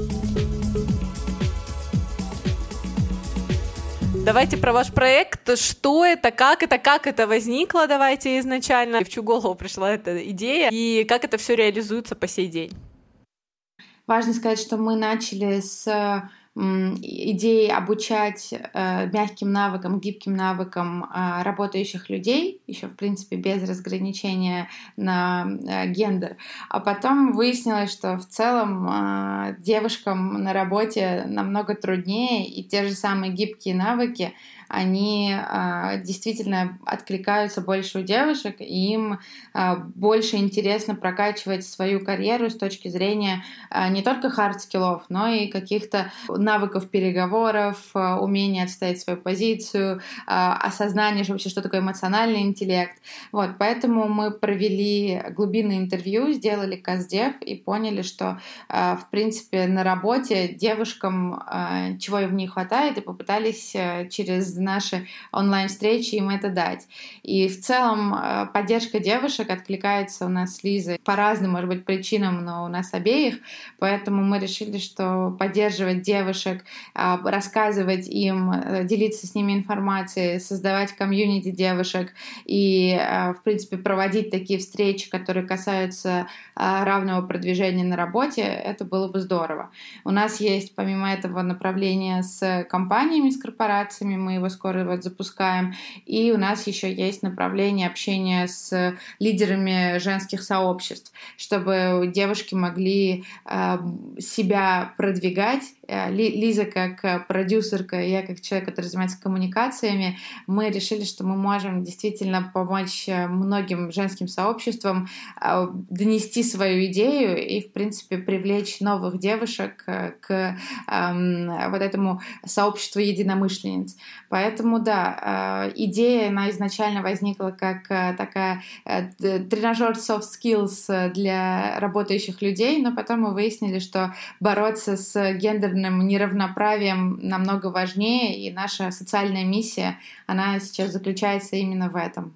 Давайте про ваш проект. Что это, как это, как это возникло, давайте изначально. В чью голову пришла эта идея и как это все реализуется по сей день? Важно сказать, что мы начали с идеей обучать э, мягким навыкам, гибким навыкам э, работающих людей, еще, в принципе, без разграничения на э, гендер. А потом выяснилось, что в целом э, девушкам на работе намного труднее, и те же самые гибкие навыки, они э, действительно откликаются больше у девушек, и им э, больше интересно прокачивать свою карьеру с точки зрения э, не только хард-скиллов, но и каких-то навыков переговоров, э, умения отстоять свою позицию, э, осознание вообще, что такое эмоциональный интеллект. Вот, поэтому мы провели глубинное интервью, сделали каздев и поняли, что э, в принципе на работе девушкам э, чего им не хватает, и попытались э, через за наши онлайн-встречи им это дать. И в целом поддержка девушек откликается у нас с Лизой по разным, может быть, причинам, но у нас обеих, поэтому мы решили, что поддерживать девушек, рассказывать им, делиться с ними информацией, создавать комьюнити девушек и, в принципе, проводить такие встречи, которые касаются равного продвижения на работе, это было бы здорово. У нас есть, помимо этого, направление с компаниями, с корпорациями, мы его скоро вот запускаем, и у нас еще есть направление общения с лидерами женских сообществ, чтобы девушки могли э, себя продвигать. Лиза как продюсерка, я как человек, который занимается коммуникациями, мы решили, что мы можем действительно помочь многим женским сообществам донести свою идею и, в принципе, привлечь новых девушек к эм, вот этому сообществу единомышленниц. Поэтому, да, идея, она изначально возникла как такая тренажер soft skills для работающих людей, но потом мы выяснили, что бороться с гендерным неравноправием намного важнее, и наша социальная миссия, она сейчас заключается именно в этом.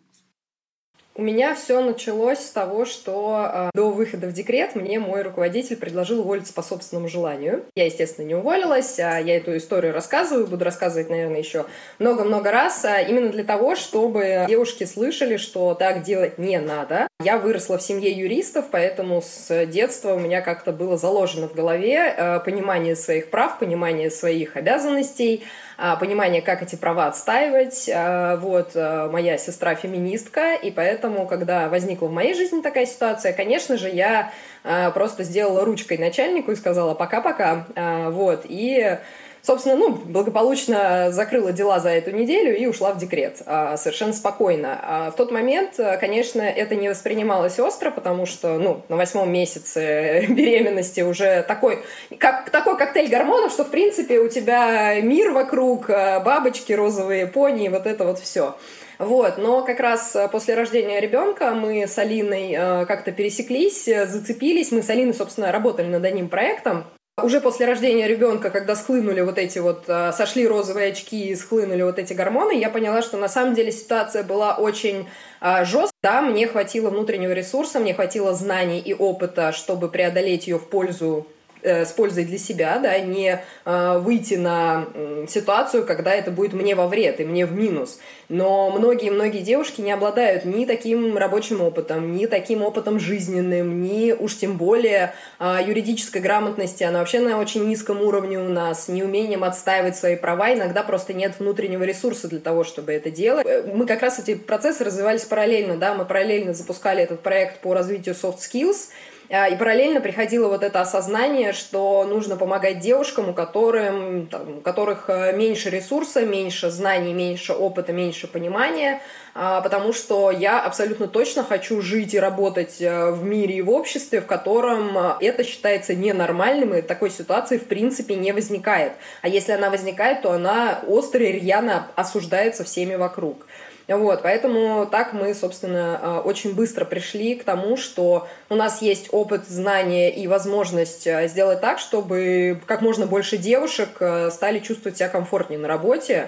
У меня все началось с того, что э, до выхода в декрет мне мой руководитель предложил уволиться по собственному желанию. Я, естественно, не уволилась, а я эту историю рассказываю, буду рассказывать, наверное, еще много-много раз, а именно для того, чтобы девушки слышали, что так делать не надо. Я выросла в семье юристов, поэтому с детства у меня как-то было заложено в голове э, понимание своих прав, понимание своих обязанностей, понимание, как эти права отстаивать. Вот, моя сестра феминистка, и поэтому, когда возникла в моей жизни такая ситуация, конечно же, я просто сделала ручкой начальнику и сказала «пока-пока». Вот, и... Собственно, ну, благополучно закрыла дела за эту неделю и ушла в декрет а, совершенно спокойно. А в тот момент, конечно, это не воспринималось остро, потому что, ну, на восьмом месяце беременности уже такой, как, такой коктейль гормонов, что, в принципе, у тебя мир вокруг, бабочки, розовые пони, вот это вот все. Вот, но как раз после рождения ребенка мы с Алиной э, как-то пересеклись, зацепились. Мы с Алиной, собственно, работали над одним проектом. Уже после рождения ребенка, когда схлынули вот эти вот, сошли розовые очки и схлынули вот эти гормоны, я поняла, что на самом деле ситуация была очень жесткая. Да, мне хватило внутреннего ресурса, мне хватило знаний и опыта, чтобы преодолеть ее в пользу, с пользой для себя, да, не э, выйти на э, ситуацию, когда это будет мне во вред и мне в минус. Но многие-многие девушки не обладают ни таким рабочим опытом, ни таким опытом жизненным, ни уж тем более э, юридической грамотности. Она вообще на очень низком уровне у нас, ни умением отстаивать свои права. Иногда просто нет внутреннего ресурса для того, чтобы это делать. Мы как раз эти процессы развивались параллельно, да, мы параллельно запускали этот проект по развитию soft skills. И параллельно приходило вот это осознание, что нужно помогать девушкам, у, которым, там, у которых меньше ресурса, меньше знаний, меньше опыта, меньше понимания, потому что я абсолютно точно хочу жить и работать в мире и в обществе, в котором это считается ненормальным, и такой ситуации в принципе не возникает. А если она возникает, то она остро и рьяно осуждается всеми вокруг. Вот, поэтому так мы, собственно, очень быстро пришли к тому, что у нас есть опыт, знания и возможность сделать так, чтобы как можно больше девушек стали чувствовать себя комфортнее на работе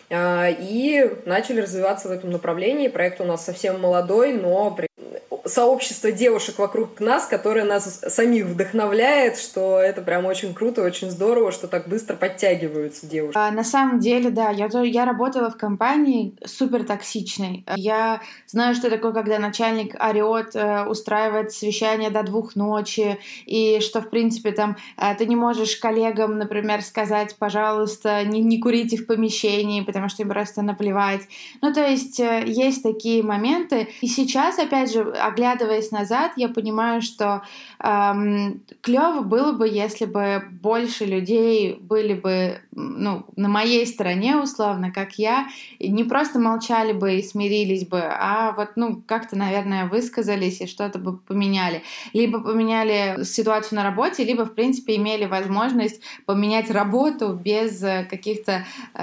и начали развиваться в этом направлении. Проект у нас совсем молодой, но сообщество девушек вокруг нас, которое нас самих вдохновляет, что это прям очень круто, очень здорово, что так быстро подтягиваются девушки. А, на самом деле, да, я, я работала в компании супер токсичной. Я знаю, что такое, когда начальник орет, устраивает совещание до двух ночи, и что, в принципе, там ты не можешь коллегам, например, сказать, пожалуйста, не, не курите в помещении, потому что им просто наплевать. Ну, то есть есть такие моменты. И сейчас, опять же, оглядываясь назад, я понимаю, что эм, клево было бы, если бы больше людей были бы, ну, на моей стороне, условно, как я, и не просто молчали бы и смирились бы, а вот, ну, как-то, наверное, высказались и что-то бы поменяли. Либо поменяли ситуацию на работе, либо, в принципе, имели возможность поменять работу без каких-то... Э,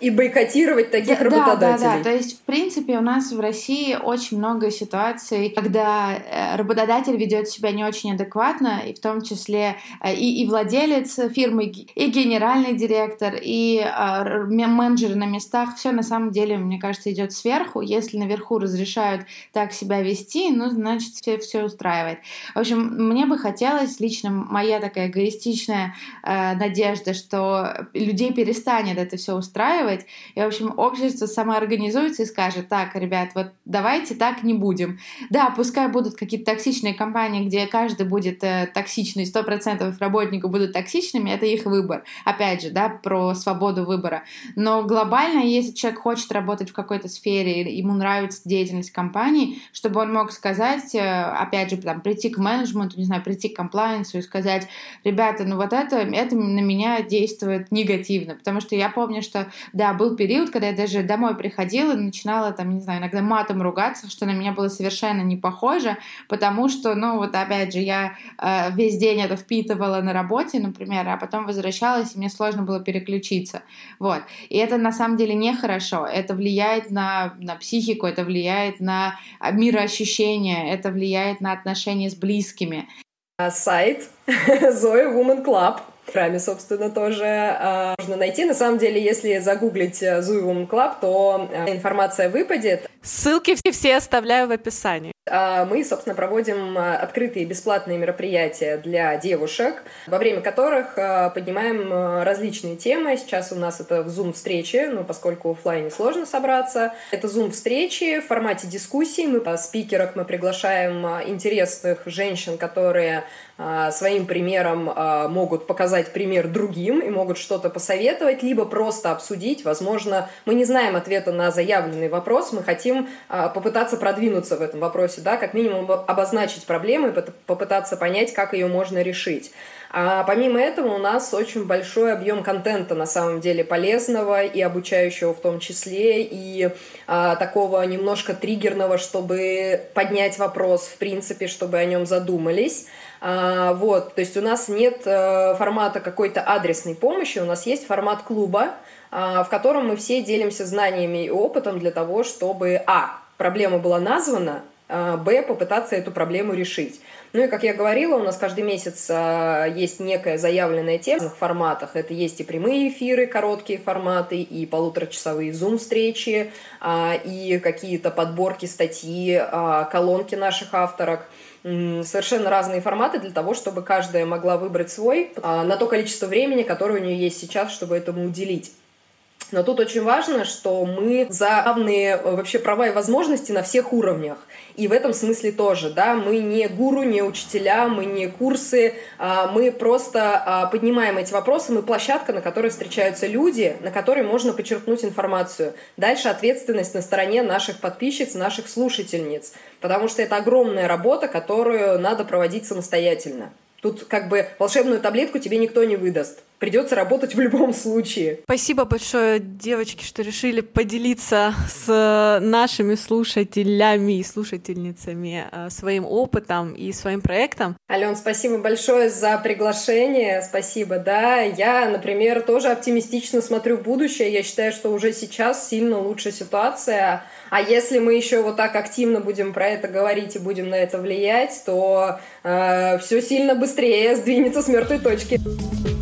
и бойкотировать таких да, работодателей. Да, да, да. То есть, в принципе, у нас в России очень много ситуаций, когда работодатель ведет себя не очень адекватно, и в том числе и, и владелец фирмы, и генеральный директор, и э, менеджеры на местах. Все на самом деле, мне кажется, идет сверху. Если наверху разрешают так себя вести, ну, значит, все, все устраивает. В общем, мне бы хотелось, лично моя такая эгоистичная э, надежда, что людей перестанет это все устраивать, и, в общем, общество самоорганизуется и скажет: так, ребят, вот давайте так не будем. Да, пускай будут какие-то токсичные компании, где каждый будет э, токсичный, сто процентов работников будут токсичными, это их выбор. Опять же, да, про свободу выбора. Но глобально, если человек хочет работать в какой-то сфере, ему нравится деятельность компании, чтобы он мог сказать, опять же, там, прийти к менеджменту, не знаю, прийти к комплайенсу и сказать: ребята, ну вот это, это на меня действует негативно. Потому что я помню, что, да, был период, когда я даже домой приходила и начинала, там, не знаю, иногда матом ругаться, что на меня было совершенно не похоже, потому что, ну вот опять же, я э, весь день это впитывала на работе, например, а потом возвращалась, и мне сложно было переключиться. Вот. И это на самом деле нехорошо. Это влияет на, на психику, это влияет на мироощущение, это влияет на отношения с близкими. Сайт Zoe Woman Club. В программе, собственно, тоже э, можно найти. На самом деле, если загуглить Zoe Woman Club, то э, информация выпадет. Ссылки все оставляю в описании. Мы, собственно, проводим открытые бесплатные мероприятия для девушек, во время которых поднимаем различные темы. Сейчас у нас это в Zoom-встречи, но поскольку в офлайне сложно собраться. Это Zoom-встречи в формате дискуссий. Мы по спикерах мы приглашаем интересных женщин, которые своим примером могут показать пример другим и могут что-то посоветовать, либо просто обсудить. Возможно, мы не знаем ответа на заявленный вопрос, мы хотим попытаться продвинуться в этом вопросе, да, как минимум обозначить проблему и попытаться понять, как ее можно решить. А помимо этого у нас очень большой объем контента, на самом деле, полезного и обучающего в том числе, и а, такого немножко триггерного, чтобы поднять вопрос, в принципе, чтобы о нем задумались. А, вот, то есть у нас нет а, формата какой-то адресной помощи, у нас есть формат клуба, а, в котором мы все делимся знаниями и опытом для того, чтобы а. проблема была названа, б. попытаться эту проблему решить. Ну и, как я говорила, у нас каждый месяц а, есть некая заявленная тема в разных форматах. Это есть и прямые эфиры, короткие форматы, и полуторачасовые зум-встречи, а, и какие-то подборки, статьи, а, колонки наших авторок. Совершенно разные форматы для того, чтобы каждая могла выбрать свой а, на то количество времени, которое у нее есть сейчас, чтобы этому уделить. Но тут очень важно, что мы за равные вообще права и возможности на всех уровнях. И в этом смысле тоже, да, мы не гуру, не учителя, мы не курсы, мы просто поднимаем эти вопросы, мы площадка, на которой встречаются люди, на которой можно почерпнуть информацию. Дальше ответственность на стороне наших подписчиц, наших слушательниц, потому что это огромная работа, которую надо проводить самостоятельно. Тут как бы волшебную таблетку тебе никто не выдаст. Придется работать в любом случае. Спасибо большое, девочки, что решили поделиться с нашими слушателями и слушательницами своим опытом и своим проектом. Ален, спасибо большое за приглашение. Спасибо, да. Я, например, тоже оптимистично смотрю в будущее. Я считаю, что уже сейчас сильно лучше ситуация. А если мы еще вот так активно будем про это говорить и будем на это влиять, то э, все сильно быстрее сдвинется с мертвой точки.